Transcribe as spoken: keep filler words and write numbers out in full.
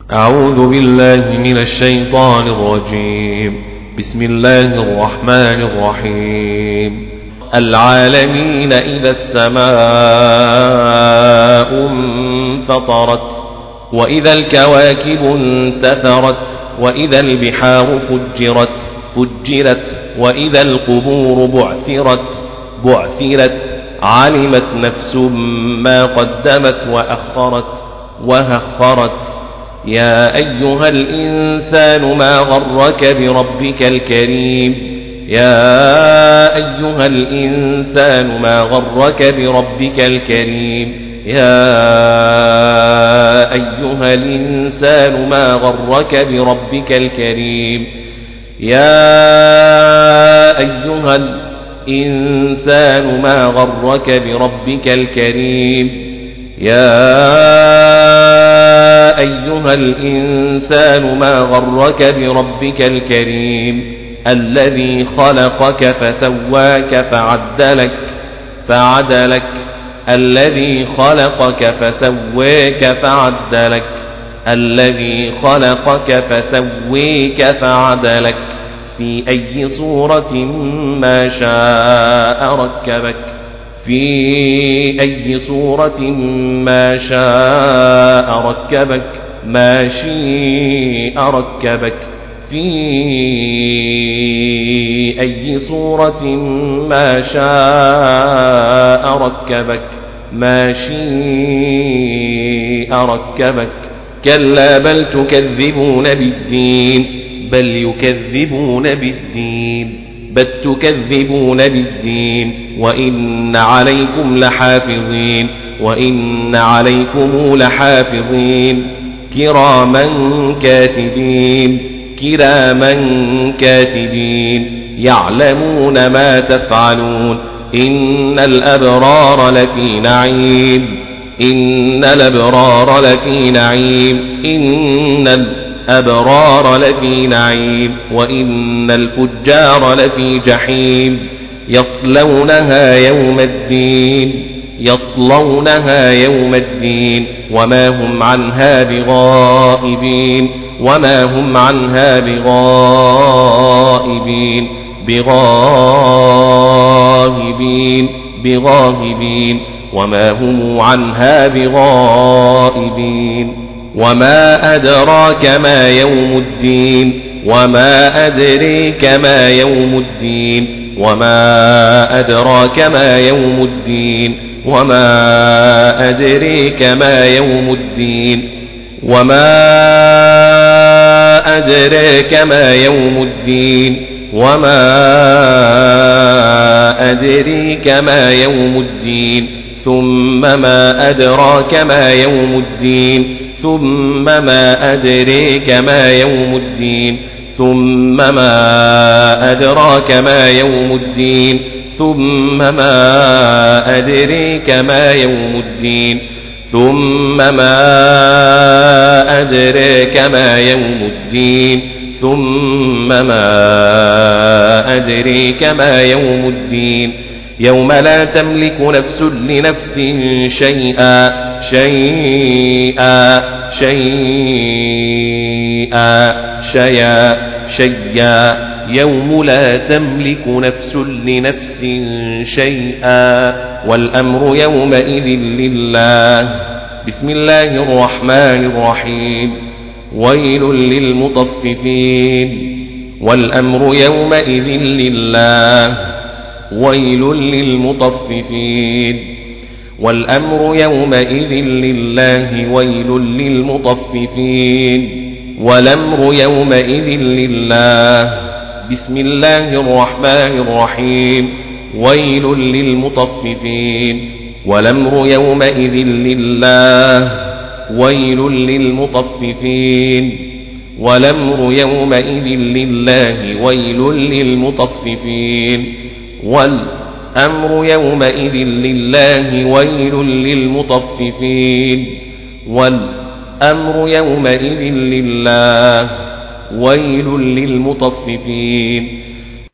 أعوذ بالله من الشيطان الرجيم. بسم الله الرحمن الرحيم. العالمين إذا السماء انفطرت وإذا الكواكب انتثرت وإذا البحار فجرت فجرت وإذا القبور بعثرت بعثرت علمت نفس ما قدمت وأخرت وهخرت. يا أيها الإنسان ما غرك بربك الكريم يا أيها الإنسان ما غرك بربك الكريم يا أيها الإنسان ما غرك بربك الكريم يا أيها الإنسان ما غرك بربك الكريم يا أيها الإنسان ما غرك بربك الكريم الذي خلقك فسواك فعدلك فعدلك الذي خلقك فسواك فعدلك الذي خلقك فسويك فعدلك في أي صورة ما شاء ركبك في أي صورة ما شاء ركبك ما شاء ركبك في أي صورة ما شاء ركبك ما شاء ركبك. كلا بل تكذبون بالدين بل يكذبون بالدين بل تكذبون بالدين وإن عليكم لحافظين وإن عليكم لحافظين كراما كاتبين كراما كاتبين يعلمون ما تفعلون. إن الأبرار لفي نعيم إن الأبرار لفي نعيم إن الأبرار لفي نعيم وإن الفجار لفي جحيم يصلونها يوم الدين يصلونها يوم الدين وما هم عنها بغائبين وما هم عنها بغائبين بغائبين بغائبين وما هم عنها بغائبين. وما أدراك ما يوم الدين وما أدريك ما يوم الدين وما أدراك ما يوم الدين وما أدريك ما يوم الدين وما أدريك ما يوم الدين وما أدريك ما يوم الدين ثم ما أدراك ما يوم الدين ثم ما أدريك ما يوم الدين ثم ما أدراك ما يوم الدين ثم ما أدريك ما يوم الدين ثم ما أدريك ما يوم الدين ثم ما أدريك ما يوم الدين. يوم لا تملك نفس لنفس شيئا شيئا شيئا شيئا شيئا يوم لا تملك نفس لنفس شيئا والأمر يومئذ لله. بسم الله الرحمن الرحيم. ويل للمطففين والأمر يومئذ لله ويل للمطففين والأمر يومئذ لله ويل للمطففين والأمر يومئذ لله. بسم الله الرحمن الرحيم. ويل للمطففين والأمر يومئذ لله ويل للمطففين والأمر يومئذ لله ويل للمطففين والأمر يومئذ لله ويل للمطففين والأمر يومئذ لله ويل للمطففين.